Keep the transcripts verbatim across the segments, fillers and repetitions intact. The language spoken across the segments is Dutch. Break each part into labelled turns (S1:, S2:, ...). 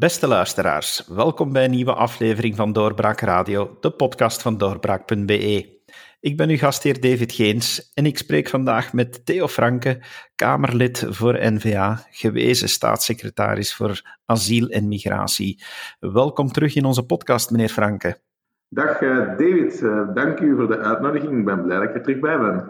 S1: Beste luisteraars, welkom bij een nieuwe aflevering van Doorbraak Radio, de podcast van doorbraak punt b e. Ik ben uw gastheer David Geens en ik spreek vandaag met Theo Franke, Kamerlid voor N V A, gewezen staatssecretaris voor asiel en migratie. Welkom terug in onze podcast, meneer Franke.
S2: Dag David, dank u voor de uitnodiging. Ik ben blij dat ik er terug bij ben.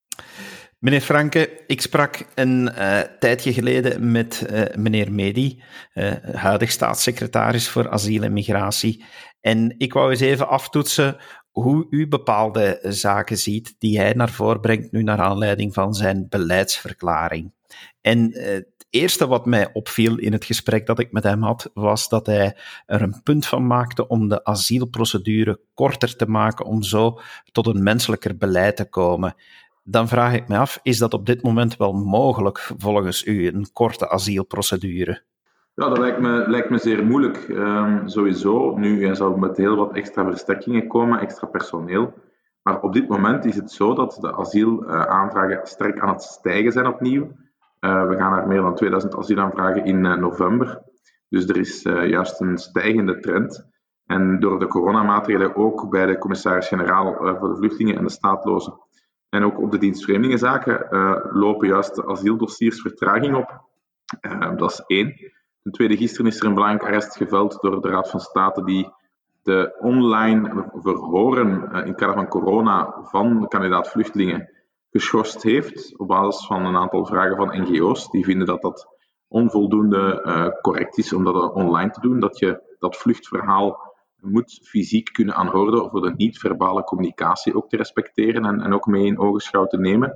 S1: Meneer Franke, ik sprak een uh, tijdje geleden met uh, meneer Medi, uh, huidig staatssecretaris voor asiel en migratie. En ik wou eens even aftoetsen hoe u bepaalde zaken ziet die hij naar voren brengt nu naar aanleiding van zijn beleidsverklaring. En uh, het eerste wat mij opviel in het gesprek dat ik met hem had, was dat hij er een punt van maakte om de asielprocedure korter te maken, om zo tot een menselijker beleid te komen. Dan vraag ik me af, is dat op dit moment wel mogelijk volgens u, een korte asielprocedure?
S2: Ja, dat lijkt me, lijkt me zeer moeilijk. Um, sowieso, nu er zal met heel wat extra versterkingen komen, extra personeel. Maar op dit moment is het zo dat de asielaanvragen sterk aan het stijgen zijn opnieuw. Uh, we gaan naar meer dan tweeduizend asielaanvragen in uh, november. Dus er is uh, juist een stijgende trend. En door de coronamaatregelen ook bij de commissaris-generaal uh, voor de vluchtelingen en de staatlozen en ook op de dienst Vreemdelingenzaken uh, lopen juist de asieldossiers vertraging op. Uh, dat is één. Ten tweede, gisteren is er een belangrijk arrest geveld door de Raad van State die de online verhoren uh, in het kader van corona van de kandidaat vluchtelingen geschorst heeft op basis van een aantal vragen van N G O's. Die vinden dat dat onvoldoende uh, correct is om dat online te doen, dat je dat vluchtverhaal moet fysiek kunnen aanhoren voor de niet-verbale communicatie ook te respecteren en, en ook mee in ogenschouw te nemen.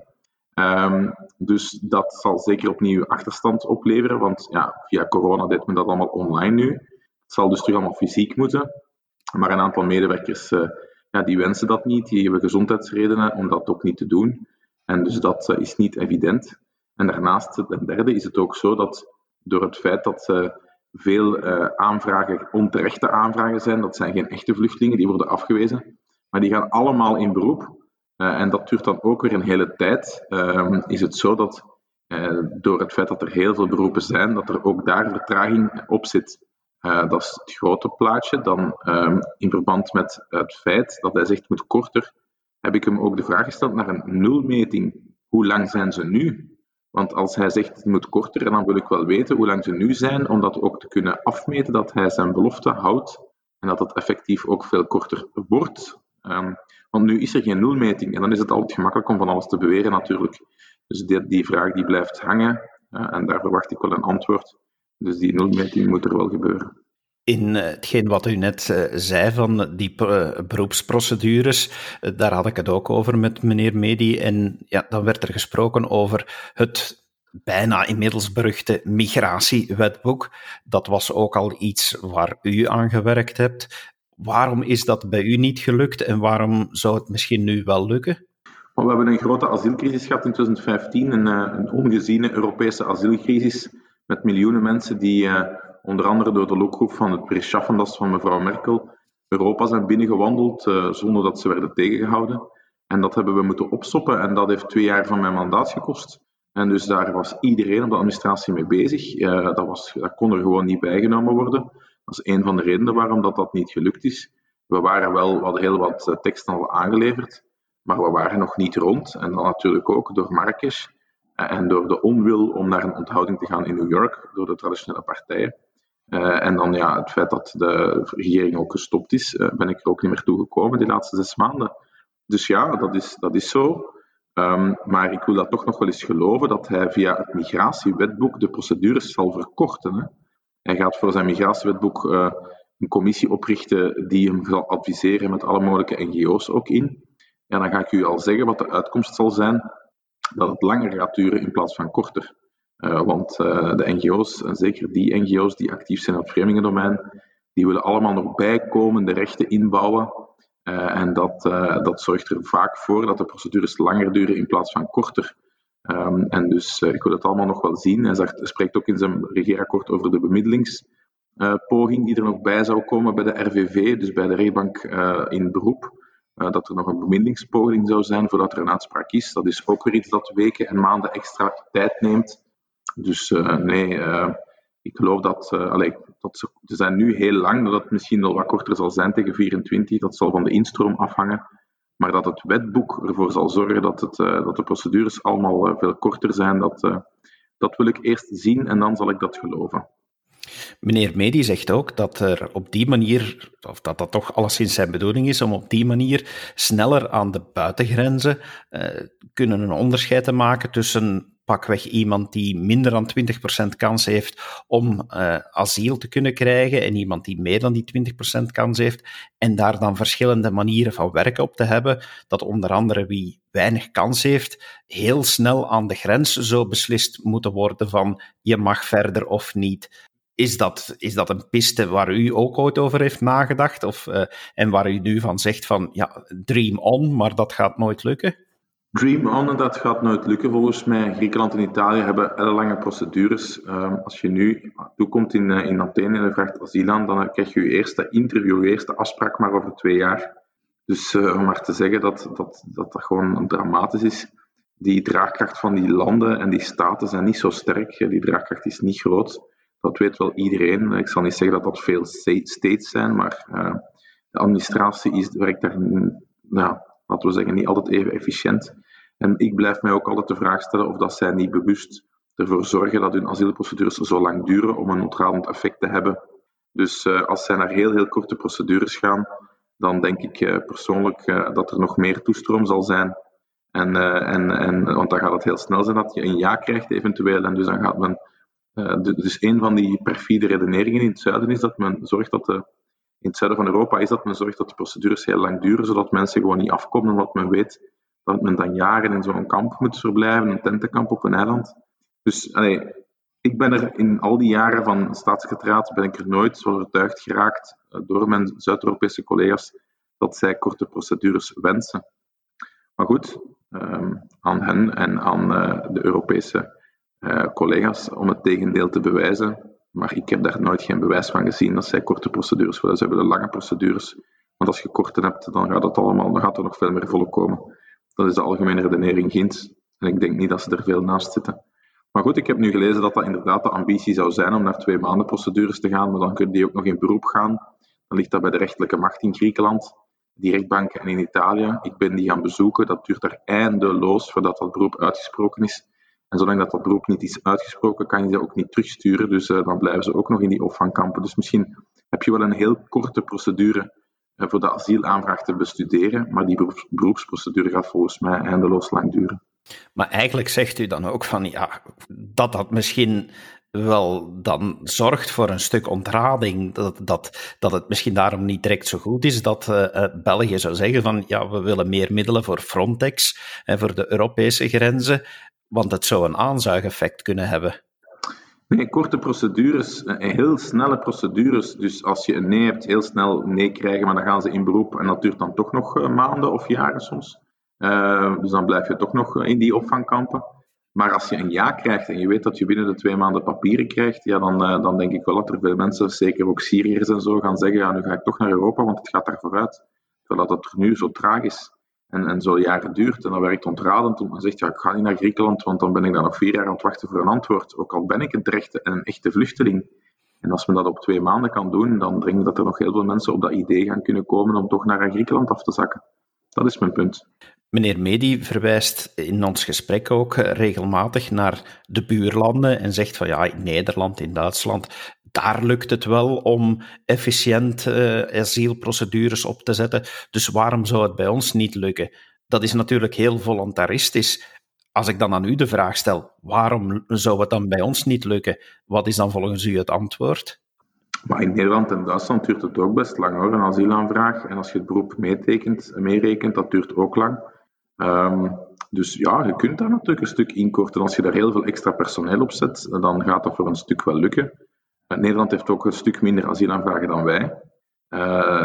S2: Um, dus dat zal zeker opnieuw achterstand opleveren, want ja, via corona deed men dat allemaal online nu. Het zal dus terug allemaal fysiek moeten. Maar een aantal medewerkers uh, ja, die wensen dat niet, die hebben gezondheidsredenen om dat ook niet te doen. En dus dat uh, is niet evident. En daarnaast, ten derde, is het ook zo dat door het feit dat uh, veel uh, aanvragen onterechte aanvragen zijn, dat zijn geen echte vluchtelingen, die worden afgewezen, maar die gaan allemaal in beroep. Uh, en dat duurt dan ook weer een hele tijd. Uh, is het zo dat uh, door het feit dat er heel veel beroepen zijn, dat er ook daar vertraging op zit. Uh, dat is het grote plaatje. Dan uh, in verband met het feit dat hij zegt het moet korter, heb ik hem ook de vraag gesteld naar een nulmeting. Hoe lang zijn ze nu? Want als hij zegt het moet korter, dan wil ik wel weten hoe lang ze nu zijn, om dat ook te kunnen afmeten dat hij zijn belofte houdt en dat het effectief ook veel korter wordt. Um, want nu is er geen nulmeting en dan is het altijd gemakkelijk om van alles te beweren natuurlijk. Dus die, die vraag die blijft hangen uh, en daar verwacht ik wel een antwoord. Dus die nulmeting moet er wel gebeuren.
S1: In uh, hetgeen wat u net uh, zei van die uh, beroepsprocedures, uh, daar had ik het ook over met meneer Medi. En ja, dan werd er gesproken over het bijna inmiddels beruchte migratiewetboek. Dat was ook al iets waar u aan gewerkt hebt. Waarom is dat bij u niet gelukt en waarom zou het misschien nu wel lukken?
S2: We hebben een grote asielcrisis gehad in twintig vijftien, een, een ongeziene Europese asielcrisis met miljoenen mensen die uh, onder andere door de lokroep van het Beschaffendas van mevrouw Merkel Europa zijn binnengewandeld uh, zonder dat ze werden tegengehouden. En dat hebben we moeten opstoppen en dat heeft twee jaar van mijn mandaat gekost. En dus daar was iedereen op de administratie mee bezig. Uh, dat, was, dat kon er gewoon niet bijgenomen worden. Dat is een van de redenen waarom dat, dat niet gelukt is. We waren wel, we hadden heel wat uh, teksten al aangeleverd, maar we waren nog niet rond. En dan natuurlijk ook door Marrakesh uh, en door de onwil om naar een onthouding te gaan in New York door de traditionele partijen. Uh, en dan ja, het feit dat de regering ook gestopt is, uh, ben ik er ook niet meer toegekomen die laatste zes maanden. Dus ja, dat is, dat is zo. Um, maar ik wil dat toch nog wel eens geloven dat hij via het migratiewetboek de procedures zal verkorten. Hè. Hij gaat voor zijn migratiewetboek uh, een commissie oprichten die hem zal adviseren met alle mogelijke N G O's ook in. En dan ga ik u al zeggen wat de uitkomst zal zijn, dat het langer gaat duren in plaats van korter. Uh, want uh, de N G O's, en zeker die N G O's die actief zijn op het vreemdelingendomein, die willen allemaal nog bijkomende rechten inbouwen. Uh, en dat, uh, dat zorgt er vaak voor dat de procedures langer duren in plaats van korter. Um, en dus uh, ik wil het allemaal nog wel zien. Hij zegt, spreekt ook in zijn regeerakkoord over de bemiddelingspoging uh, die er nog bij zou komen bij de R V V, dus bij de rechtbank uh, in beroep. Uh, dat er nog een bemiddelingspoging zou zijn voordat er een uitspraak is. Dat is ook weer iets dat weken en maanden extra tijd neemt. Dus uh, nee, uh, Ik geloof dat, uh, allez, dat ze, ze zijn nu heel lang, dat het misschien wel wat korter zal zijn tegen vierentwintig, dat zal van de instroom afhangen, maar dat het wetboek ervoor zal zorgen dat, het, uh, dat de procedures allemaal uh, veel korter zijn, dat, uh, dat wil ik eerst zien en dan zal ik dat geloven.
S1: Meneer Medi zegt ook dat er op die manier, of dat dat toch alleszins zijn bedoeling is, om op die manier sneller aan de buitengrenzen uh, kunnen een onderscheid te maken tussen pakweg iemand die minder dan twintig procent kans heeft om uh, asiel te kunnen krijgen en iemand die meer dan die twintig procent kans heeft en daar dan verschillende manieren van werken op te hebben, dat onder andere wie weinig kans heeft, heel snel aan de grens zo beslist moeten worden van je mag verder of niet. Is dat, is dat een piste waar u ook ooit over heeft nagedacht? Of, uh, en waar u nu van zegt van, ja, dream on, maar dat gaat nooit lukken?
S2: Dream on, en dat gaat nooit lukken volgens mij. Griekenland en Italië hebben ellenlange procedures. Um, als je nu toekomt in, uh, in Athene en je vraagt asiel aan, dan krijg je je eerste interview, je eerste afspraak maar over twee jaar. Dus uh, om maar te zeggen dat dat, dat dat gewoon dramatisch is. Die draagkracht van die landen en die staten zijn niet zo sterk. Die draagkracht is niet groot. Dat weet wel iedereen. Ik zal niet zeggen dat dat veel states zijn, maar uh, de administratie is, werkt daar, nou, laten we zeggen, niet altijd even efficiënt. En ik blijf mij ook altijd de vraag stellen of dat zij niet bewust ervoor zorgen dat hun asielprocedures zo lang duren om een ontradend effect te hebben. Dus uh, als zij naar heel, heel korte procedures gaan, dan denk ik uh, persoonlijk uh, dat er nog meer toestroom zal zijn. En, uh, en, en, want dan gaat het heel snel zijn dat je een ja krijgt eventueel. En dus dan gaat men... Uh, dus een van die perfide redeneringen in het zuiden is dat men zorgt dat de, in het zuiden van Europa is dat men zorgt dat de procedures heel lang duren, zodat mensen gewoon niet afkomen, omdat men weet dat men dan jaren in zo'n kamp moet verblijven, een tentenkamp op een eiland. Dus allee, ik ben er in al die jaren van staatssecretariaat ben ik er nooit zo overtuigd geraakt uh, door mijn Zuid-Europese collega's dat zij korte procedures wensen. Maar goed, um, aan hen en aan uh, de Europese Uh, collega's om het tegendeel te bewijzen, maar ik heb daar nooit geen bewijs van gezien dat zij korte procedures willen. Ze willen lange procedures, want als je korte hebt, dan gaat het allemaal, dan gaat er nog veel meer volk komen. Dat is de algemene redenering ginds. En ik denk niet dat ze er veel naast zitten. Maar goed, ik heb nu gelezen dat dat inderdaad de ambitie zou zijn om naar twee maanden procedures te gaan, maar dan kunnen die ook nog in beroep gaan. Dan ligt dat bij de rechterlijke macht in Griekenland, die rechtbanken en in Italië. Ik ben die gaan bezoeken, dat duurt daar eindeloos voordat dat beroep uitgesproken is. En zolang dat, dat beroep niet is uitgesproken, kan je ze ook niet terugsturen. Dus uh, dan blijven ze ook nog in die opvangkampen. Dus misschien heb je wel een heel korte procedure uh, voor de asielaanvraag te bestuderen. Maar die beroeps- beroepsprocedure gaat volgens mij eindeloos lang duren.
S1: Maar eigenlijk zegt u dan ook van, ja, dat dat misschien wel dan zorgt voor een stuk ontrading. Dat, dat, dat het misschien daarom niet direct zo goed is dat uh, België zou zeggen van, ja, we willen meer middelen voor Frontex en voor de Europese grenzen. Want het zou een aanzuigeffect kunnen hebben.
S2: Nee, korte procedures, heel snelle procedures. Dus als je een nee hebt, heel snel nee krijgen, maar dan gaan ze in beroep en dat duurt dan toch nog maanden of jaren soms. Uh, dus dan blijf je toch nog in die opvangkampen. Maar als je een ja krijgt en je weet dat je binnen de twee maanden papieren krijgt, ja, dan, uh, dan denk ik wel dat er veel mensen, zeker ook Syriërs en zo, gaan zeggen, ja, nu ga ik toch naar Europa, want het gaat daar vooruit. Terwijl dat het nu zo traag is. En, en zo jaren duurt. En dan werkt ontradend om men zegt, ja, ik ga niet naar Griekenland, want dan ben ik dan nog vier jaar aan het wachten voor een antwoord. Ook al ben ik een terechte en een echte vluchteling. En als men dat op twee maanden kan doen, dan denk ik dat er nog heel veel mensen op dat idee gaan kunnen komen om toch naar Griekenland af te zakken. Dat is mijn punt.
S1: Meneer Medi verwijst in ons gesprek ook regelmatig naar de buurlanden en zegt van ja, in Nederland, in Duitsland, daar lukt het wel om efficiënt uh, asielprocedures op te zetten. Dus waarom zou het bij ons niet lukken? Dat is natuurlijk heel voluntaristisch. Als ik dan aan u de vraag stel, waarom zou het dan bij ons niet lukken? Wat is dan volgens u het antwoord?
S2: Maar in Nederland en Duitsland duurt het ook best lang hoor, een asielaanvraag. En als je het beroep meetekent, meerekent, dat duurt ook lang. Um, dus ja, je kunt daar natuurlijk een stuk inkorten. Als je daar heel veel extra personeel op zet, dan gaat dat voor een stuk wel lukken. Nederland heeft ook een stuk minder asielaanvragen dan wij. Uh,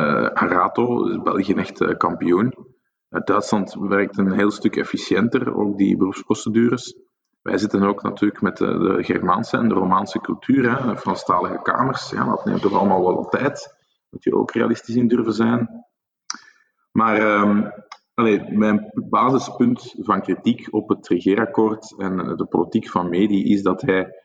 S2: Arato is België echt uh, kampioen. Uh, Duitsland werkt een heel stuk efficiënter, ook die beroepsprocedures. Wij zitten ook natuurlijk met de, de Germaanse en de Romaanse cultuur, hè, Franstalige kamers. Ja, dat neemt toch allemaal wel wat tijd. Moet je ook realistisch in durven zijn. Maar um, allee, mijn basispunt van kritiek op het regeerakkoord en de politiek van Medi is dat hij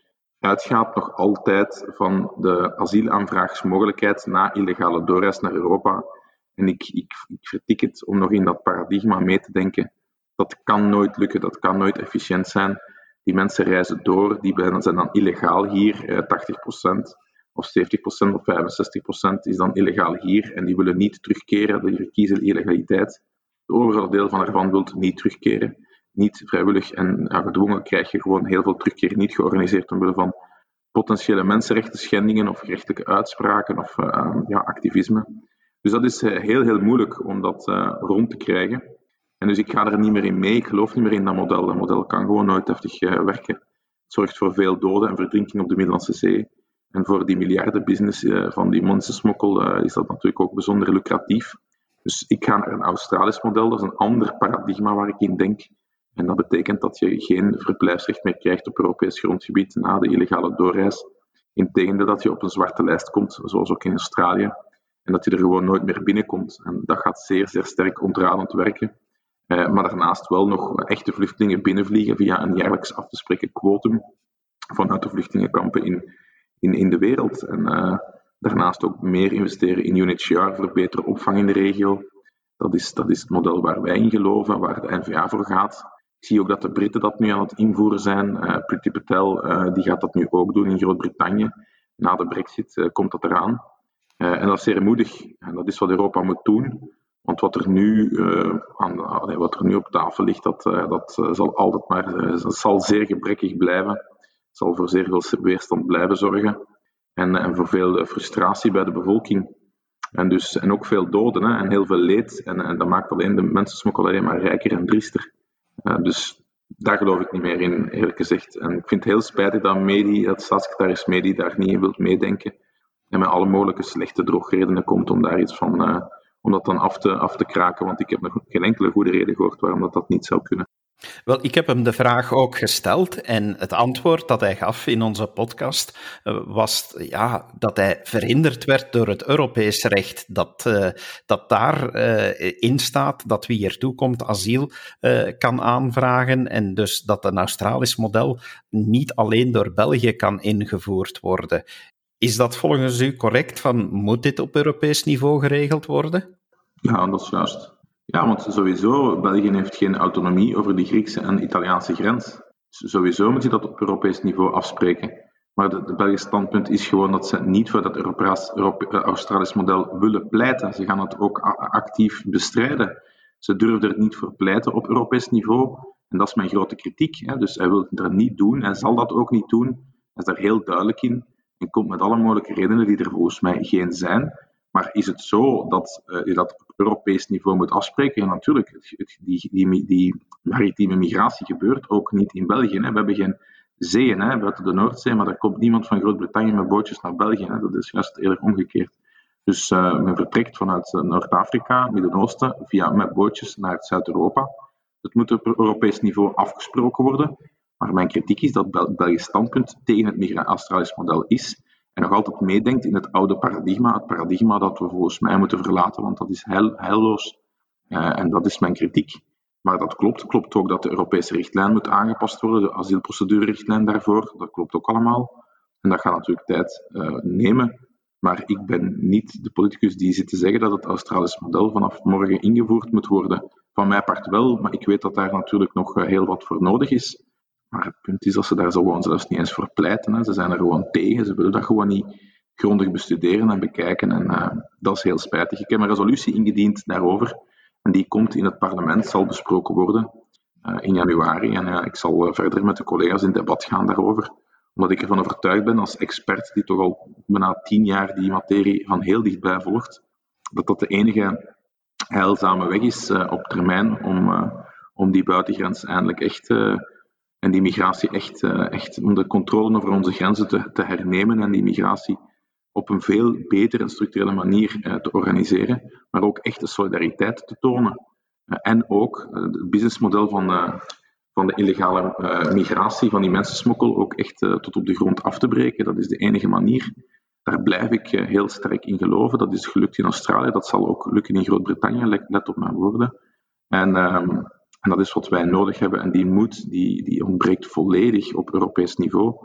S2: uitgaat nog altijd van de asielaanvraagsmogelijkheid na illegale doorreis naar Europa. En ik, ik, ik vertik het om nog in dat paradigma mee te denken. Dat kan nooit lukken, dat kan nooit efficiënt zijn. Die mensen reizen door, die zijn dan illegaal hier, tachtig procent of zeventig procent of vijfenzestig procent is dan illegaal hier en die willen niet terugkeren, die verkiezen de illegaliteit. Het overige deel van ervan wil niet terugkeren. Niet vrijwillig en ja, gedwongen krijg je gewoon heel veel terugkeer niet georganiseerd omwille van potentiële mensenrechten schendingen of rechtelijke uitspraken of uh, ja, activisme. Dus dat is uh, heel, heel moeilijk om dat uh, rond te krijgen. En dus ik ga er niet meer in mee, ik geloof niet meer in dat model. Dat model kan gewoon nooit heftig uh, werken. Het zorgt voor veel doden en verdrinking op de Middellandse Zee. En voor die miljardenbusiness uh, van die mensensmokkel uh, is dat natuurlijk ook bijzonder lucratief. Dus ik ga naar een Australisch model, dat is een ander paradigma waar ik in denk. En dat betekent dat je geen verblijfsrecht meer krijgt op Europees grondgebied na de illegale doorreis. Integendeel dat je op een zwarte lijst komt, zoals ook in Australië. En dat je er gewoon nooit meer binnenkomt. En dat gaat zeer, zeer sterk ontradend werken. Uh, maar daarnaast wel nog echte vluchtelingen binnenvliegen via een jaarlijks af te spreken quotum vanuit de vluchtelingenkampen in, in, in de wereld. En uh, daarnaast ook meer investeren in U N H C R voor betere opvang in de regio. Dat is, dat is het model waar wij in geloven, waar de N V A voor gaat. Ik zie ook dat de Britten dat nu aan het invoeren zijn. Uh, Priti Patel uh, die gaat dat nu ook doen in Groot-Brittannië. Na de brexit uh, komt dat eraan. Uh, en dat is zeer moedig. En dat is wat Europa moet doen. Want wat er nu, uh, aan, uh, wat er nu op tafel ligt, dat, uh, dat uh, zal altijd maar uh, dat zal zeer gebrekkig blijven. Het zal voor zeer veel weerstand blijven zorgen. En, en voor veel uh, frustratie bij de bevolking. En, dus, en ook veel doden hè, en heel veel leed. En, en dat maakt alleen de mensensmokkel alleen maar rijker en driester. Uh, dus daar geloof ik niet meer in, eerlijk gezegd. En ik vind het heel spijtig dat Medi, dat staatssecretaris Medi daar niet in wilt meedenken. En met alle mogelijke slechte drogredenen komt om daar iets van, uh, om dat dan af te, af te kraken. Want ik heb nog geen enkele goede reden gehoord waarom dat, dat niet zou kunnen.
S1: Wel, ik heb hem de vraag ook gesteld en het antwoord dat hij gaf in onze podcast uh, was ja, dat hij verhinderd werd door het Europees recht, dat, uh, dat daar uh, in staat dat wie er toekomt asiel uh, kan aanvragen en dus dat een Australisch model niet alleen door België kan ingevoerd worden. Is dat volgens u correct? Van, moet dit op Europees niveau geregeld worden?
S2: Ja, dat is juist. Ja, want sowieso, België heeft geen autonomie over de Griekse en Italiaanse grens. Dus sowieso moet je dat op Europees niveau afspreken. Maar het Belgische standpunt is gewoon dat ze niet voor dat Europees, Europe, Australisch model willen pleiten. Ze gaan het ook actief bestrijden. Ze durven er niet voor pleiten op Europees niveau. En dat is mijn grote kritiek. Hè. Dus hij wil het er niet doen. Hij zal dat ook niet doen. Hij is daar heel duidelijk in. En komt met alle mogelijke redenen die er volgens mij geen zijn. Maar is het zo dat uh, je dat op Europees niveau moet afspreken? Ja, natuurlijk. Het, die, die, die maritieme migratie gebeurt ook niet in België. Hè. We hebben geen zeeën hè, buiten de Noordzee, maar er komt niemand van Groot-Brittannië met bootjes naar België. Hè. Dat is juist eerder omgekeerd. Dus uh, men vertrekt vanuit uh, Noord-Afrika, Midden-Oosten, via met bootjes naar Zuid-Europa. Dat moet op Europees niveau afgesproken worden. Maar mijn kritiek is dat het Belgisch standpunt tegen het migra- Australisch model is en nog altijd meedenkt in het oude paradigma, het paradigma dat we volgens mij moeten verlaten, want dat is heil, heilloos. Uh, en dat is mijn kritiek. Maar dat klopt. Klopt ook dat de Europese richtlijn moet aangepast worden, de asielprocedurerichtlijn daarvoor. Dat klopt ook allemaal. En dat gaat natuurlijk tijd uh, nemen. Maar ik ben niet de politicus die zit te zeggen dat het Australisch model vanaf morgen ingevoerd moet worden. Van mijn part wel, maar ik weet dat daar natuurlijk nog uh, heel wat voor nodig is. Maar het punt is dat ze daar zo gewoon zelfs niet eens voor pleiten. Hè. Ze zijn er gewoon tegen. Ze willen dat gewoon niet grondig bestuderen en bekijken. En uh, dat is heel spijtig. Ik heb een resolutie ingediend daarover. En die komt in het parlement, zal besproken worden uh, in januari. En uh, ik zal uh, verder met de collega's in debat gaan daarover. Omdat ik ervan overtuigd ben, als expert die toch al bijna tien jaar die materie van heel dichtbij volgt, dat dat de enige heilzame weg is uh, op termijn om, uh, om die buitengrens eindelijk echt... Uh, En die migratie echt, uh, echt om de controle over onze grenzen te, te hernemen en die migratie op een veel betere en structurele manier uh, te organiseren, maar ook echte solidariteit te tonen. Uh, en ook uh, het businessmodel van, uh, van de illegale uh, migratie, van die mensensmokkel, ook echt uh, tot op de grond af te breken. Dat is de enige manier. Daar blijf ik uh, heel sterk in geloven. Dat is gelukt in Australië, dat zal ook lukken in Groot-Brittannië, let, let op mijn woorden. En... Um, En dat is wat wij nodig hebben en die moed die, die ontbreekt volledig op Europees niveau.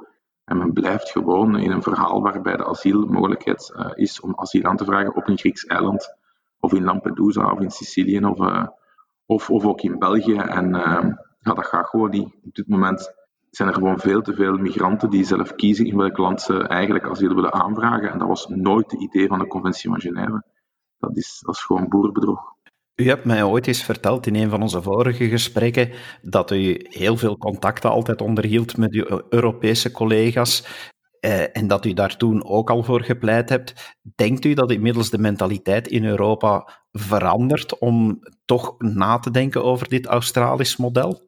S2: En men blijft gewoon in een verhaal waarbij de asielmogelijkheid uh, is om asiel aan te vragen op een Grieks eiland, of in Lampedusa, of in Sicilië, of, uh, of, of ook in België. En uh, ja, dat gaat gewoon niet. Op dit moment zijn er gewoon veel te veel migranten die zelf kiezen in welk land ze eigenlijk asiel willen aanvragen. En dat was nooit het idee van de Conventie van Genève. Dat is, dat is gewoon boerenbedrog.
S1: U hebt mij ooit eens verteld in een van onze vorige gesprekken dat u heel veel contacten altijd onderhield met uw Europese collega's eh, en dat u daar toen ook al voor gepleit hebt. Denkt u dat inmiddels de mentaliteit in Europa verandert om toch na te denken over dit Australisch model?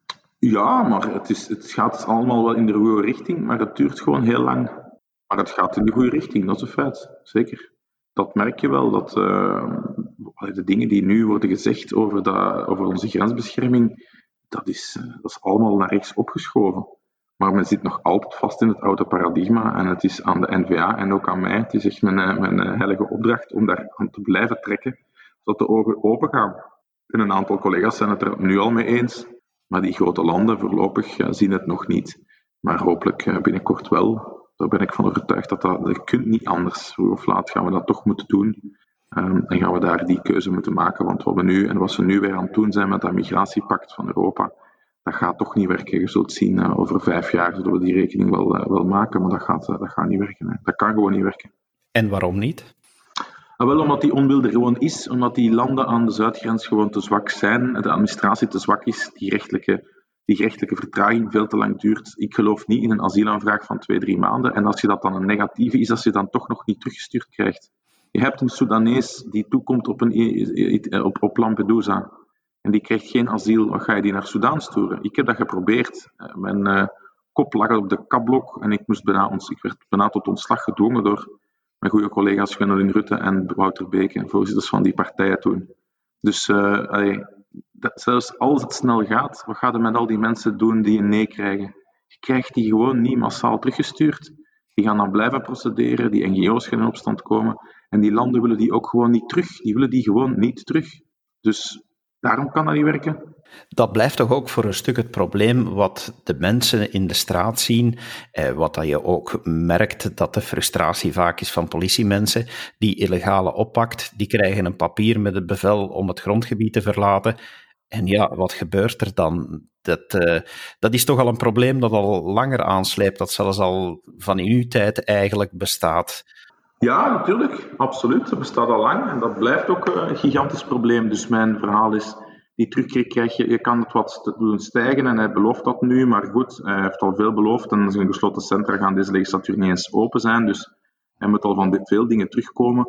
S2: Ja, maar het, is, het gaat allemaal wel in de goede richting, maar het duurt gewoon heel lang. Maar het gaat in de goede richting, dat is een feit, zeker. Dat merk je wel, dat uh, de dingen die nu worden gezegd over, dat, over onze grensbescherming, dat is, uh, dat is allemaal naar rechts opgeschoven. Maar men zit nog altijd vast in het oude paradigma en het is aan de N V A en ook aan mij, het is echt mijn, mijn heilige opdracht om daar aan te blijven trekken, zodat de ogen open gaan. En een aantal collega's zijn het er nu al mee eens, maar die grote landen voorlopig uh, zien het nog niet. Maar hopelijk uh, binnenkort wel. Daar ben ik van overtuigd dat dat, dat kunt niet anders. Vroeg of laat gaan we dat toch moeten doen. Um, en gaan we daar die keuze moeten maken. Want wat we nu en wat ze nu weer aan het doen zijn met dat migratiepact van Europa, dat gaat toch niet werken. Je zult zien, uh, over vijf jaar zullen we die rekening wel, uh, wel maken, maar dat gaat, uh, dat gaat niet werken. Hè. Dat kan gewoon niet werken.
S1: En waarom niet?
S2: Ah, wel omdat die onwil er gewoon is, omdat die landen aan de zuidgrens gewoon te zwak zijn, de administratie te zwak is, die rechtelijke... die rechtelijke vertraging veel te lang duurt. Ik geloof niet in een asielaanvraag van twee, drie maanden. En als je dat dan een negatieve is, als je dan toch nog niet teruggestuurd krijgt. Je hebt een Soedanees die toekomt op, een, op, op Lampedusa. En die krijgt geen asiel. Wat ga je die naar Soedan sturen? Ik heb dat geprobeerd. Mijn uh, kop lag op de kapblok en ik, moest bijna ons, ik werd bijna tot ontslag gedwongen door mijn goede collega's Gwendoline Rutte en Wouter Beke, voorzitters van die partijen toen. Dus uh, allee, dat zelfs als het snel gaat, wat gaat er met al die mensen doen die een nee krijgen? Je krijgt die gewoon niet massaal teruggestuurd. Die gaan dan blijven procederen, die N G O's gaan in opstand komen. En die landen willen die ook gewoon niet terug. Die willen die gewoon niet terug. Dus daarom kan dat niet werken.
S1: Dat blijft toch ook voor een stuk het probleem wat de mensen in de straat zien, eh, wat dat je ook merkt dat de frustratie vaak is van politiemensen die illegale oppakt, die krijgen een papier met het bevel om het grondgebied te verlaten. En ja, wat gebeurt er dan? Dat, uh, dat is toch al een probleem dat al langer aansleept, dat zelfs al van in uw tijd eigenlijk bestaat.
S2: Ja, natuurlijk. Absoluut. Dat bestaat al lang en dat blijft ook een gigantisch probleem. Dus mijn verhaal is, die terugkeer krijg je, je kan het wat doen stijgen en hij belooft dat nu, maar goed, hij heeft al veel beloofd en zijn gesloten centra gaan deze legislatuur niet eens open zijn, dus hij moet al van veel dingen terugkomen.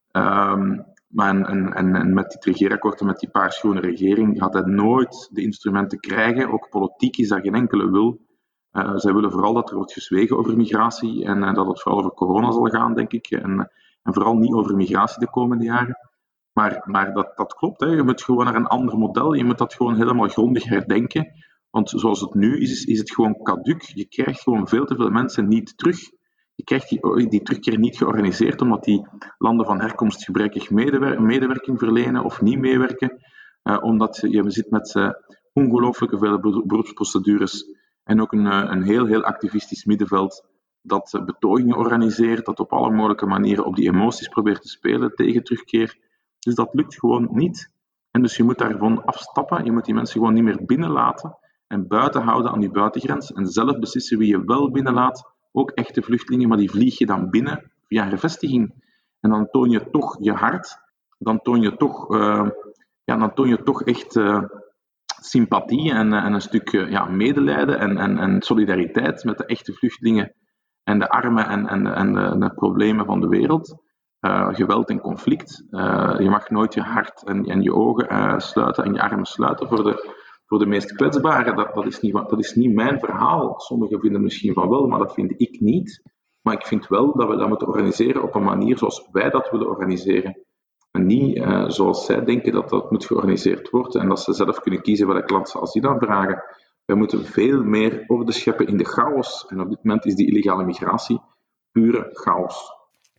S2: Um, maar en, en, en met dit regeerakkoord en met die paarsgroene regering gaat hij nooit de instrumenten krijgen, ook politiek is daar geen enkele wil. Uh, zij willen vooral dat er wordt gezwegen over migratie en uh, dat het vooral over corona zal gaan, denk ik, en, en vooral niet over migratie de komende jaren. Maar, maar dat, dat klopt, hè. Je moet gewoon naar een ander model. Je moet dat gewoon helemaal grondig herdenken. Want zoals het nu is, is het gewoon caduc. Je krijgt gewoon veel te veel mensen niet terug. Je krijgt die, die terugkeer niet georganiseerd, omdat die landen van herkomst gebrekkig medewer- medewerking verlenen of niet meewerken. Uh, omdat je, je zit met uh, ongelooflijke vele beroepsprocedures en ook een, een heel, heel activistisch middenveld dat uh, betogingen organiseert, dat op alle mogelijke manieren op die emoties probeert te spelen tegen terugkeer. Dus dat lukt gewoon niet. En dus je moet daarvan afstappen. Je moet die mensen gewoon niet meer binnenlaten en buiten houden aan die buitengrens. En zelf beslissen wie je wel binnenlaat. Ook echte vluchtelingen, maar die vlieg je dan binnen via een bevestiging. En dan toon je toch je hart. Dan toon je toch, uh, ja, dan toon je toch echt uh, sympathie en, uh, en een stuk uh, ja, medelijden en, en, en solidariteit met de echte vluchtelingen en de armen en, en, en de, de problemen van de wereld. Uh, geweld en conflict. Uh, je mag nooit je hart en, en je ogen uh, sluiten en je armen sluiten voor de, voor de meest kwetsbaren. Dat, dat, is niet, dat is niet mijn verhaal. Sommigen vinden misschien van wel, maar dat vind ik niet. Maar ik vind wel dat we dat moeten organiseren op een manier zoals wij dat willen organiseren. En niet uh, zoals zij denken dat dat moet georganiseerd worden en dat ze zelf kunnen kiezen welk land ze asiel aanvragen. Wij moeten veel meer orde scheppen in de chaos. En op dit moment is die illegale migratie pure chaos.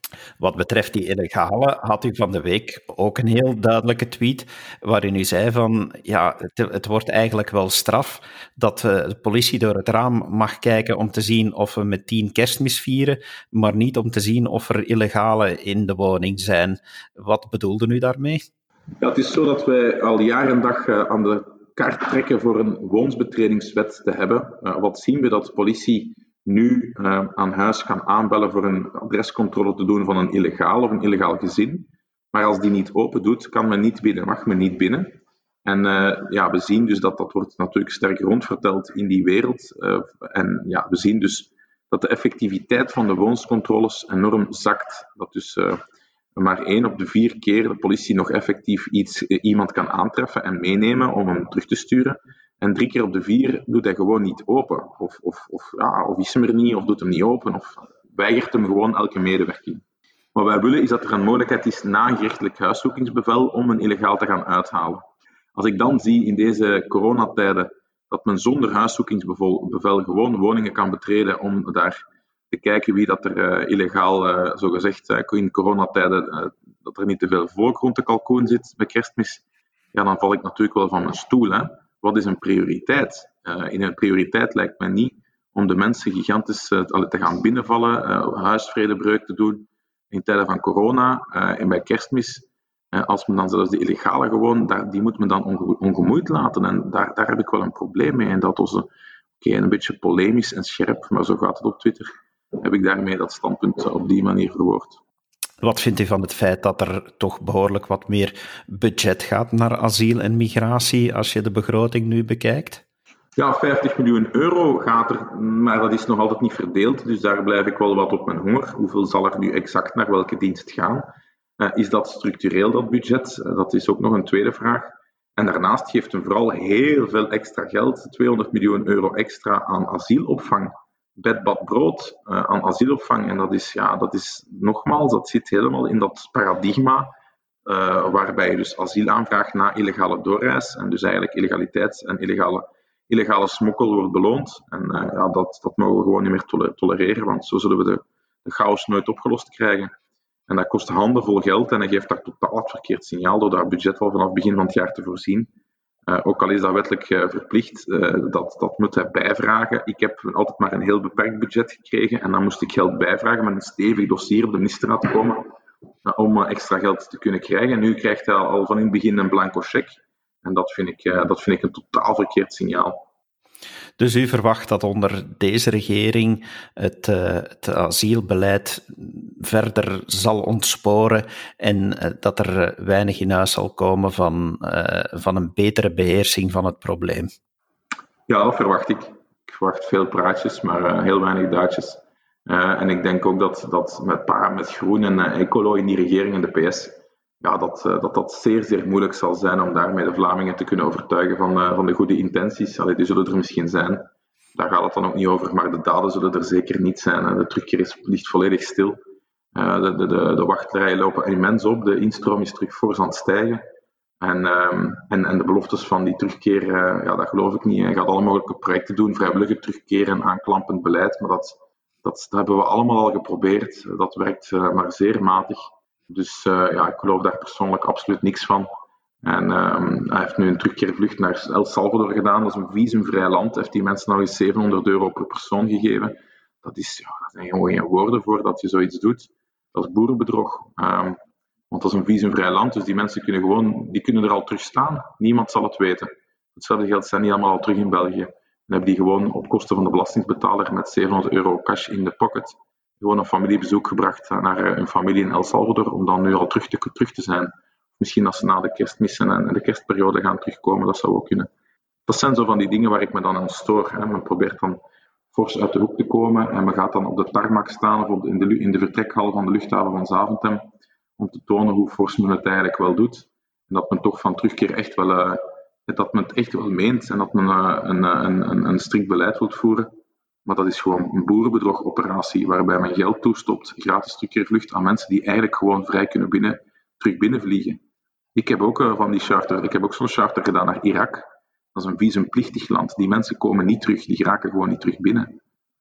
S1: Wat betreft die illegale had u van de week ook een heel duidelijke tweet waarin u zei van ja, het, het wordt eigenlijk wel straf dat uh, de politie door het raam mag kijken om te zien of we met tien Kerstmis vieren, maar niet om te zien of er illegalen in de woning zijn. Wat bedoelde u daarmee?
S2: Ja, het is zo dat wij al jaren en dag uh, aan de kaart trekken voor een woonsbetredingswet te hebben. Uh, wat zien we dat de politie nu uh, aan huis gaan aanbellen voor een adrescontrole te doen van een illegaal of een illegaal gezin. Maar als die niet open doet, kan men niet binnen, mag men niet binnen. En uh, ja, we zien dus dat dat wordt natuurlijk sterk rondverteld in die wereld. Uh, en ja, we zien dus dat de effectiviteit van de woonscontroles enorm zakt. Dat dus uh, maar één op de vier keer de politie nog effectief iets, uh, iemand kan aantreffen en meenemen om hem terug te sturen. En drie keer op de vier doet hij gewoon niet open. Of, of, of, ja, of is hem er niet, of doet hem niet open, of weigert hem gewoon elke medewerking. Wat wij willen is dat er een mogelijkheid is na een gerechtelijk huiszoekingsbevel om een illegaal te gaan uithalen. Als ik dan zie in deze coronatijden dat men zonder huiszoekingsbevel bevel gewoon woningen kan betreden om daar te kijken wie dat er uh, illegaal, uh, zogezegd, uh, in coronatijden, uh, dat er niet te veel volk rond de kalkoen zit bij Kerstmis, ja, dan val ik natuurlijk wel van mijn stoel. Hè. Wat is een prioriteit? Uh, in een prioriteit lijkt mij niet om de mensen gigantisch uh, te gaan binnenvallen, uh, huisvredebreuk te doen in tijden van corona uh, en bij Kerstmis. Uh, als men dan zelfs de illegale gewoon, daar, die moet men dan onge- ongemoeid laten. En daar, daar heb ik wel een probleem mee. En dat was een, okay, een beetje polemisch en scherp, maar zo gaat het op Twitter. Heb ik daarmee dat standpunt op die manier verwoord.
S1: Wat vindt u van het feit dat er toch behoorlijk wat meer budget gaat naar asiel en migratie als je de begroting nu bekijkt?
S2: Ja, vijftig miljoen euro gaat er, maar dat is nog altijd niet verdeeld, dus daar blijf ik wel wat op mijn honger. Hoeveel zal er nu exact naar welke dienst gaan? Uh, is dat structureel, dat budget? Uh, dat is ook nog een tweede vraag. En daarnaast geeft men vooral heel veel extra geld, tweehonderd miljoen euro extra aan asielopvang. Bed, bad, brood uh, aan asielopvang. En dat is, ja, dat is nogmaals, dat zit helemaal in dat paradigma uh, waarbij je dus asiel aanvraagt na illegale doorreis en dus eigenlijk illegaliteit en illegale, illegale smokkel wordt beloond. En uh, ja, dat, dat mogen we gewoon niet meer tole- tolereren, want zo zullen we de, de chaos nooit opgelost krijgen. En dat kost handenvol geld en dat geeft daar totaal het verkeerd signaal door daar budget al vanaf het begin van het jaar te voorzien. Uh, ook al is dat wettelijk uh, verplicht, uh, dat, dat moet hij bijvragen. Ik heb altijd maar een heel beperkt budget gekregen en dan moest ik geld bijvragen met een stevig dossier op de ministerraad komen uh, om uh, extra geld te kunnen krijgen. En nu krijgt hij al van in het begin een blanco cheque en dat vind ik, uh, dat vind ik een totaal verkeerd signaal.
S1: Dus u verwacht dat onder deze regering het, uh, het asielbeleid verder zal ontsporen en uh, dat er uh, weinig in huis zal komen van, uh, van een betere beheersing van het probleem?
S2: Ja, dat verwacht ik. Ik verwacht veel praatjes, maar uh, heel weinig daadjes. Uh, en ik denk ook dat, dat met, para, met Groen en uh, Ecolo in die regering en de P S, ja, dat, uh, dat dat zeer, zeer moeilijk zal zijn om daarmee de Vlamingen te kunnen overtuigen van, uh, van de goede intenties. Allee, die zullen er misschien zijn. Daar gaat het dan ook niet over, maar de daden zullen er zeker niet zijn. Hè. De terugkeer is, ligt volledig stil. Uh, de, de, de, de wachtrijen lopen immens op. De instroom is terug fors aan het stijgen. En, um, en, en de beloftes van die terugkeer, uh, ja, dat geloof ik niet. Je gaat alle mogelijke projecten doen, vrijwillige terugkeer en aanklampend beleid. Maar dat, dat, dat hebben we allemaal al geprobeerd. Dat werkt uh, maar zeer matig. Dus uh, ja, ik geloof daar persoonlijk absoluut niks van. En um, hij heeft nu een terugkeervlucht naar El Salvador gedaan. Dat is een visumvrij land. Hij heeft die mensen nog eens zevenhonderd euro per persoon gegeven. Dat, is, ja, dat zijn gewoon geen woorden voor dat je zoiets doet. Dat is boerenbedrog. Um, want dat is een visumvrij land, dus die mensen kunnen gewoon, die kunnen er al terug staan. Niemand zal het weten. Hetzelfde geld zijn die allemaal al terug in België. En hebben die gewoon op kosten van de belastingbetaler met zevenhonderd euro cash in de pocket gewoon een familiebezoek gebracht naar een familie in El Salvador om dan nu al terug te, terug te zijn. Misschien als ze na de kerstmissen en de kerstperiode gaan terugkomen, dat zou ook kunnen. Dat zijn zo van die dingen waar ik me dan aan stoor. Hè. Men probeert dan fors uit de hoek te komen en men gaat dan op de tarmac staan of op de, in, de, in de vertrekhal van de luchthaven van Zaventem om te tonen hoe fors men het eigenlijk wel doet. En dat men toch van terugkeer echt wel, uh, dat men het echt wel meent en dat men uh, een, een, een, een strikt beleid wilt voeren. Maar dat is gewoon een boerenbedrogoperatie waarbij men geld toestopt, gratis terugkeervlucht aan mensen die eigenlijk gewoon vrij kunnen binnen, terug binnenvliegen. Ik heb ook uh, van die charter, ik heb ook zo'n charter gedaan naar Irak. Dat is een visumplichtig land. Die mensen komen niet terug, die geraken gewoon niet terug binnen.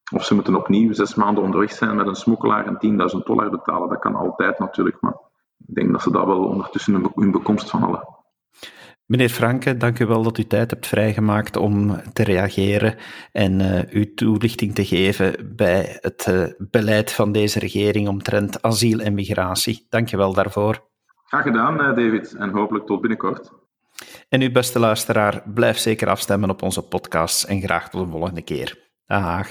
S2: Of ze moeten opnieuw zes maanden onderweg zijn met een smokkelaar en tienduizend dollar betalen. Dat kan altijd natuurlijk, maar ik denk dat ze dat wel ondertussen hun bekomst van hadden.
S1: Meneer Franke, dank u wel dat u tijd hebt vrijgemaakt om te reageren en uh, uw toelichting te geven bij het uh, beleid van deze regering omtrent asiel en migratie. Dank je wel daarvoor.
S2: Graag gedaan, David, en hopelijk tot binnenkort.
S1: En uw beste luisteraar, blijf zeker afstemmen op onze podcasts en graag tot de volgende keer. Dag.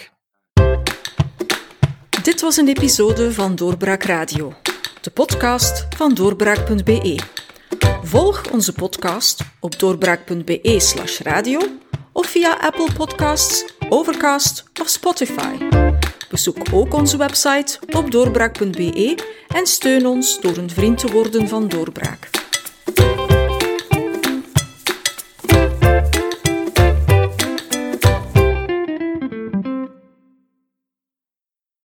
S3: Dit was een episode van Doorbraak Radio, de podcast van doorbraak punt b e. Volg onze podcast op doorbraak punt b e slash radio of via Apple Podcasts, Overcast of Spotify. Bezoek ook onze website op doorbraak punt b e en steun ons door een vriend te worden van Doorbraak.